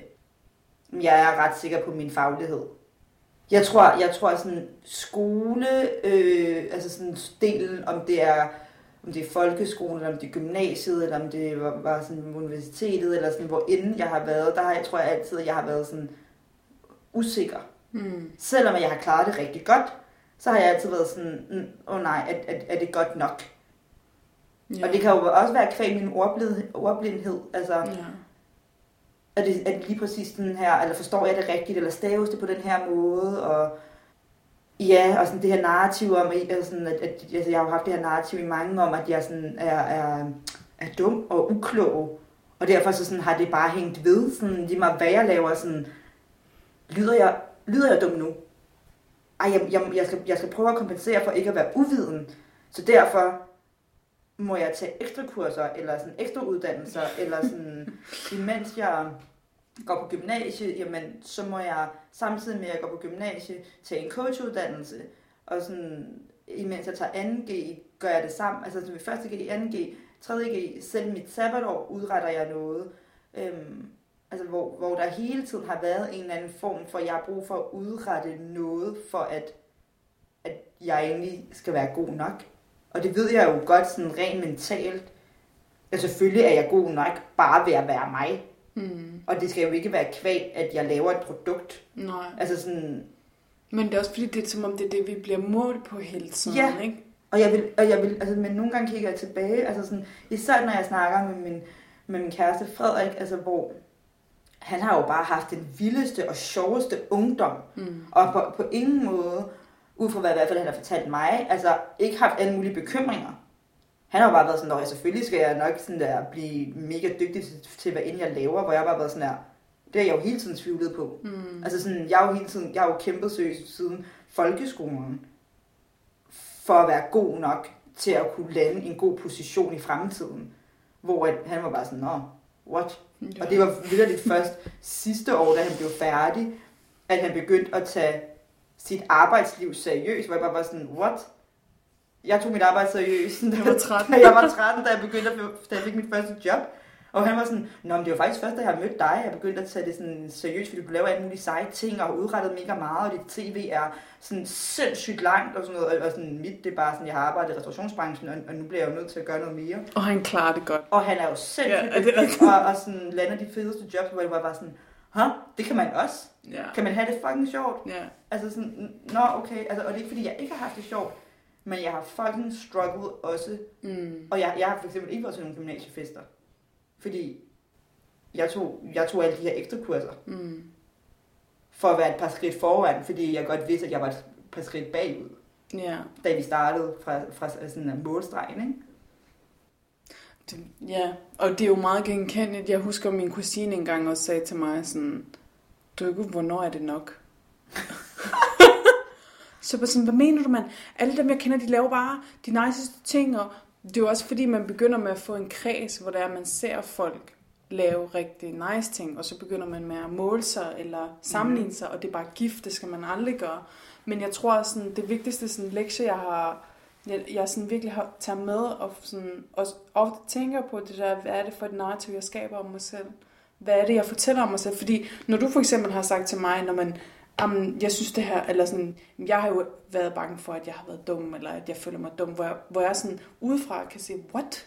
jeg er ret sikker på min faglighed. Jeg tror, jeg tror sådan skole, øh, altså sådan delen, om det er, om det er folkeskolen, eller om det er gymnasiet, eller om det var, var sådan universitetet, eller sådan, hvor inden jeg har været, der har jeg, tror jeg altid, at jeg har været sådan usikker. Mm. Selvom jeg har klaret det rigtig godt, så har jeg altid været sådan, åh oh nej, er, er, er det godt nok? Ja. Og det kan jo også være kvæg min ordblind, ordblindhed, altså, ja. er, det, er det lige præcis den her, eller forstår jeg det rigtigt, eller staves det på den her måde, og ja, og sådan det her narrativ om, altså, at, at altså, jeg har jo haft det her narrativ i mange om, at jeg sådan er, er, er dum og uklog, og derfor så sådan, har det bare hængt ved, sådan, lige meget hvad jeg laver, sådan, lyder jeg, lyder jeg dum nu? Ej, jeg, jeg, jeg, skal, jeg skal prøve at kompensere for ikke at være uviden, så derfor må jeg tage ekstra kurser, eller sådan ekstra uddannelser, eller sådan, imens jeg går på gymnasie, jamen, så må jeg samtidig med at jeg går på gymnasie, tage en coachuddannelse, og sådan, imens jeg tager anden G, gør jeg det sammen, altså ved første G, anden G, tredje G, selv mit sabbatår udretter jeg noget, øhm, altså hvor, hvor der hele tiden har været en eller anden form for, jeg har brug for at udrette noget, for at, at jeg egentlig skal være god nok. Og det ved jeg jo godt sådan rent mentalt. Altså selvfølgelig er jeg god nok bare ved at være mig. Mm. Og det skal jo ikke være kvæg, at jeg laver et produkt. Nej. Altså sådan. Men det er også fordi, det er som om det er det, vi bliver målt på hele tiden, ja. Ikke? Og jeg vil, og jeg vil, altså, men nogle gange kigger jeg tilbage, altså sådan, især når jeg snakker med min, med min kæreste Frederik, altså hvor han har jo bare haft den vildeste og sjoveste ungdom, mm. og på, på ingen måde, ud fra hvad i hvert fald han har fortalt mig, altså ikke haft alle mulige bekymringer. Han har jo bare været sådan, at selvfølgelig skal jeg nok sådan der blive mega dygtig til, til hvad end jeg laver, hvor jeg bare været sådan der, det har jeg jo hele tiden tvivlet på. Mm. Altså sådan, jeg har jo hele tiden, jeg har jo kæmpet seriøst siden folkeskolen, for at være god nok til at kunne lande en god position i fremtiden. Hvor at han var bare sådan, nå, what? Ja. Og det var virkelig først sidste år, da han blev færdig, at han begyndte at tage sit arbejdsliv seriøst, hvor jeg bare var sådan, what? Jeg tog mit arbejde seriøst, da jeg var tretten. da jeg var tretten, da jeg begyndte at, da jeg fik mit første job. Og han var sådan, nå, men det var faktisk først, da jeg mødte dig, jeg begyndte at tage det sådan seriøst, fordi du laver alle mulige seje ting, og har udrettet mega meget, og dit tv er sådan sindssygt langt, og sådan noget, og sådan mit, det er bare sådan, jeg har arbejdet i restaurationsbranchen, og, og nu bliver jeg jo nødt til at gøre noget mere. Og han klarer det godt. Og han er jo sindssygt ja, dygtig, og, og sådan lander de fedeste jobs, hvor det var bare sådan, hæ, det kan man også? Ja. Kan man have det fucking sjovt? Ja. Altså sådan, nå okay, altså, og det er ikke fordi, jeg ikke har haft det sjovt, men jeg har fucking struggled også, mm. og jeg, jeg har for eksempel ikke været til nogle gymnasiefester, fordi jeg tog, jeg tog alle de her ekstra kurser, mm. for at være et par skridt foran, fordi jeg godt vidste, at jeg var et par skridt bagud, ja. da vi startede fra, fra sådan en målstregen, ikke? Det, ja, og det er jo meget genkendeligt. Jeg husker, min kusine engang også sagde til mig sådan, Døgo, hvornår er det nok? Så bare sådan, hvad mener du, mand? Alle dem, jeg kender, de laver bare de niceste ting, og det er jo også fordi, man begynder med at få en kreds, hvor der er, man ser folk lave rigtig nice ting, og så begynder man med at måle sig eller sammenligne sig, og det er bare gift, det skal man aldrig gøre. Men jeg tror, sådan, det vigtigste sådan, lektie, jeg har, jeg, jeg sådan virkelig har taget med, og, sådan, og ofte tænker på det der, hvad er det for et narrativ, jeg skaber om mig selv? Hvad er det, jeg fortæller om mig selv? Fordi når du for eksempel har sagt til mig, når man, um, jeg synes det her, eller sådan, jeg har jo været bange for, at jeg har været dum, eller at jeg føler mig dum, hvor jeg, hvor jeg sådan udefra kan sige, what?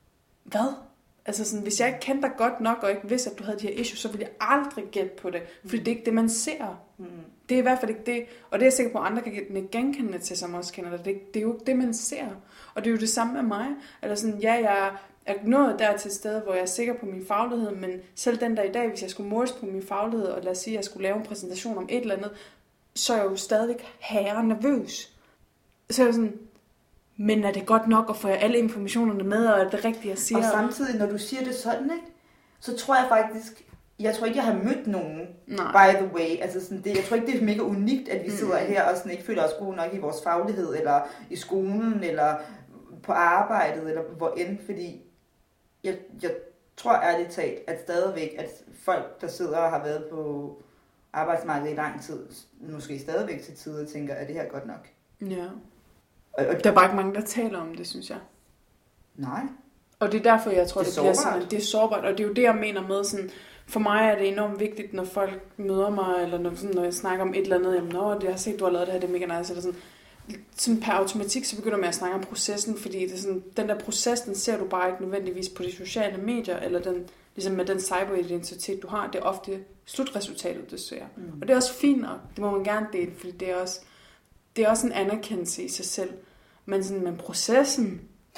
Hvad? Altså sådan, hvis jeg ikke kendte dig godt nok, og ikke vidste, at du havde de her issues, så ville jeg aldrig gætte på det. Fordi det er ikke det, man ser. Mm. Det er i hvert fald ikke det. Og det er jeg sikker på, at andre kan genkende til, som også kender det. Det, det er jo ikke det, man ser. Og det er jo det samme med mig. Eller sådan, ja, jeg er nået der til et sted, hvor jeg er sikker på min faglighed, men selv den der i dag, hvis jeg skulle måles på min faglighed, og lad os sige, at jeg skulle lave en præsentation om et eller andet, så er jeg jo stadig herre nervøs. Så er jeg sådan, men er det godt nok at få alle informationerne med, og er det rigtigt, jeg siger? Og samtidig, når du siger det sådan, ikke, så tror jeg faktisk, jeg tror ikke, jeg har mødt nogen, Nej. by the way. Altså sådan det, jeg tror ikke, det er mega unikt, at vi sidder mm. her og sådan ikke føler os gode nok i vores faglighed, eller i skolen, eller på arbejdet, eller hvor end, fordi jeg, jeg tror ærligt talt, at stadigvæk, at folk, der sidder og har været på arbejdsmarkedet i lang tid, måske stadigvæk til tider tænker, at det her godt nok? Ja. Der er bare ikke mange, der taler om det, synes jeg. Nej. Og det er derfor, jeg tror, det, det, det bliver sådan, det er sårbart. Og det er jo det, jeg mener med sådan, for mig er det enormt vigtigt, når folk møder mig, eller når, sådan, når jeg snakker om et eller andet, jamen, nå, det har set, du har lavet det her, det er mega nice, eller sådan. Sådan per automatik, så begynder man at snakke om processen, fordi det er sådan, den der proces, den ser du bare ikke nødvendigvis på de sociale medier, eller den, ligesom med den cyberidentitet, du har, det er ofte slutresultatet, du ser. Mm. Og det er også fint nok, det må man gerne dele, fordi det er også, det er også en anerkendelse i sig selv. Men sådan, men processen...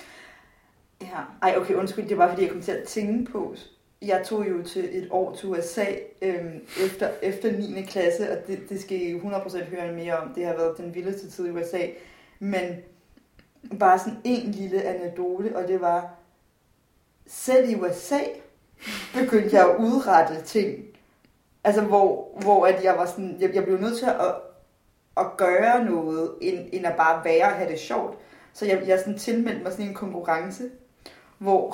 Ja, ej okay, undskyld, det var fordi, jeg kom til at tænke på. Jeg tog jo til et år til U S A øhm, efter, efter niende klasse, og det, det skal I hundrede procent høre mere om. Det har været den vildeste tid i U S A. Men bare sådan en lille anekdote, og det var, selv i U S A begyndte jeg at udrette ting. Altså, hvor, hvor at jeg var sådan, jeg, jeg blev nødt til at, at gøre noget, end, end at bare være og have det sjovt. Så jeg, jeg sådan tilmeldte mig sådan en konkurrence, hvor...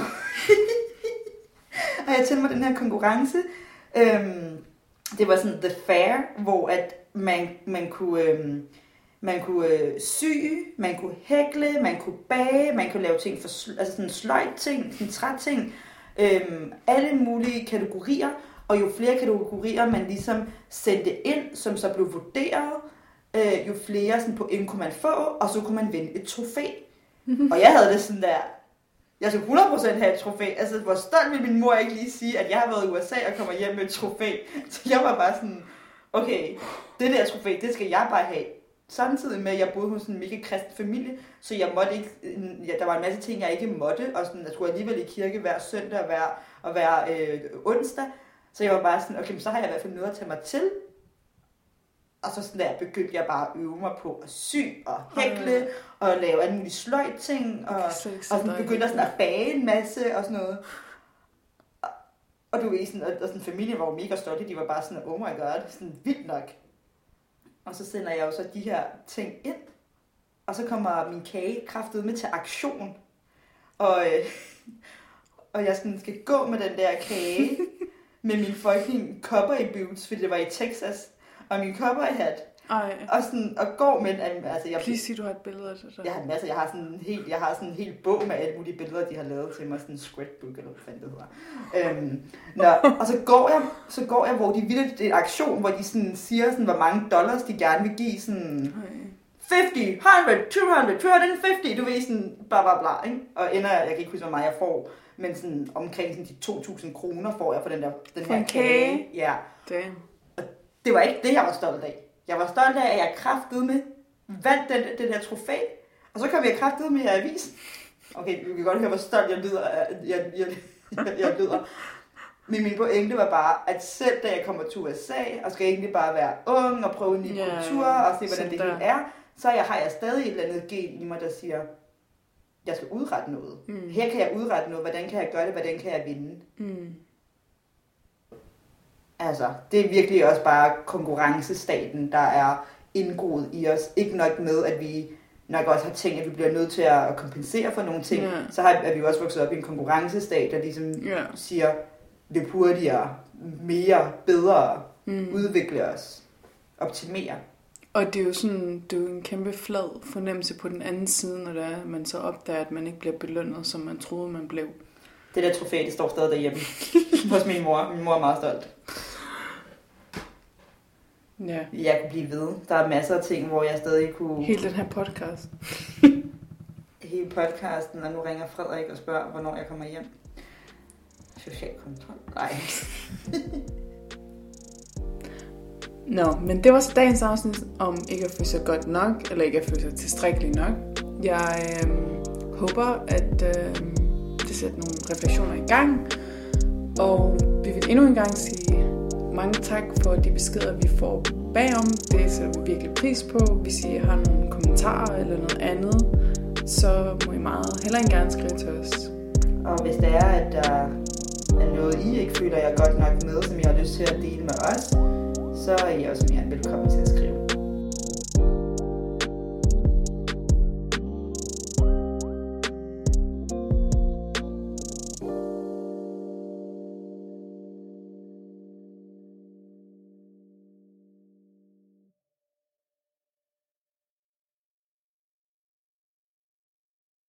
og jeg tilmeldte mig den her konkurrence. Øhm, det var sådan The Fair, hvor at man, man kunne, øhm, man kunne øh, sy, man kunne hækle, man kunne bage, man kunne lave ting for altså sådan sløjt ting, sådan træting. Øhm, alle mulige kategorier, og jo flere kategorier man ligesom sendte ind, som så blev vurderet, øh, jo flere sådan point kunne man få, og så kunne man vinde et trofæ. Og jeg havde det sådan der, jeg skulle hundrede procent have et trofæ. Altså, hvor stolt ville min mor ikke lige sige, at jeg har været i U S A og kommer hjem med et trofæ. Så jeg var bare sådan, okay, det der trofæ, det skal jeg bare have. Samtidig med, at jeg boede hos en mega kristen familie, så jeg måtte ikke, ja, der var en masse ting, jeg ikke måtte, og sådan, jeg skulle alligevel i kirke hver søndag og hver, og hver øh, onsdag. Så jeg var bare sådan, okay, så har jeg i hvert fald noget at tage mig til. Og så sådan der begyndte jeg bare at øve mig på at sy og hækle og lave alle mulige sløjt ting. Og, og sådan begyndte sådan at bage en masse og sådan noget. Og, og du ved, sådan, og, og sådan familien var jo mega stolte. De var bare sådan, oh my god, sådan vildt nok. Og så sender jeg jo så de her ting ind. Og så kommer min kage kraftet med til aktion. Og, øh, og jeg sådan skal gå med den der kage, med min fucking cowboy boots, fordi det var i Texas, og min cowboy hat. Ej. Og sådan, og går med, altså jeg... Please sig, du har et billede af det der. Jeg har en masse, jeg har sådan en helt, jeg har sådan en hel bog med alle mulige billeder, de har lavet til mig, sådan en scrapbook, eller hvad fanden det hedder. Øhm, nå, og så går jeg, så går jeg, hvor de vildt, det er en aktion, hvor de sådan siger, sådan, hvor mange dollars de gerne vil give, sådan... halvtreds, hundrede, to hundrede, to hundrede halvtreds, du ved, sådan, bla bla bla, ikke? Og ender, jeg kan ikke huske, hvor meget jeg får, men sådan omkring sådan de to tusind kroner får jeg for den der, den her kage. Ja. Damn. Og det var ikke det, jeg var stolt af. Jeg var stolt af, at jeg kraftedeme vandt den, den der trofæ, og så kom jeg kraftedeme i avisen. Okay, du kan godt høre, hvor stolt jeg lyder. Jeg, jeg, jeg, jeg lyder. Men min pointe var bare, at selv da jeg kommer til U S A, og skal egentlig bare være ung og prøve en ny yeah, kultur, og se, hvordan det der. hele er, så jeg, har jeg stadig et eller andet gen i mig, der siger, jeg skal udrette noget. Mm. Her kan jeg udrette noget. Hvordan kan jeg gøre det? Hvordan kan jeg vinde? Mm. Altså, det er virkelig også bare konkurrencestaten, der er indgroet i os. Ikke nok med, at vi nok også har tænkt, at vi bliver nødt til at kompensere for nogle ting. Yeah. Så har, er vi jo også vokset op i en konkurrencestat, der ligesom yeah. siger, løb hurtigere, mere, bedre, mm. udvikle os, optimere. Og det er jo sådan, det er jo en kæmpe flad fornemmelse på den anden side, når det er, man så opdager, at man ikke bliver belønnet, som man troede, man blev. Det der trofæ, det står stadig derhjemme hos min mor. Min mor er meget stolt. Ja. Jeg kunne blive ved. Der er masser af ting, hvor jeg stadig kunne... Hele den her podcast. Hele podcasten, og nu ringer Frederik og spørger, hvornår jeg kommer hjem. Social kontrol. Nej. Nå, men det var så dagens afsnit om ikke at føle sig godt nok, eller ikke at føle sig tilstrækkeligt nok. Jeg øh, håber, at øh, det sætter nogle refleksioner i gang, og vi vil endnu en gang sige mange tak for de beskeder, vi får bagom. Det sætter vi virkelig pris på. Hvis I har nogle kommentarer eller noget andet, så må I meget hellere end gerne skrive til os. Og hvis det er, at der er noget, I ikke føler jer godt nok med, som I har lyst til at dele med os, så er I også mere velkommen til at skrive.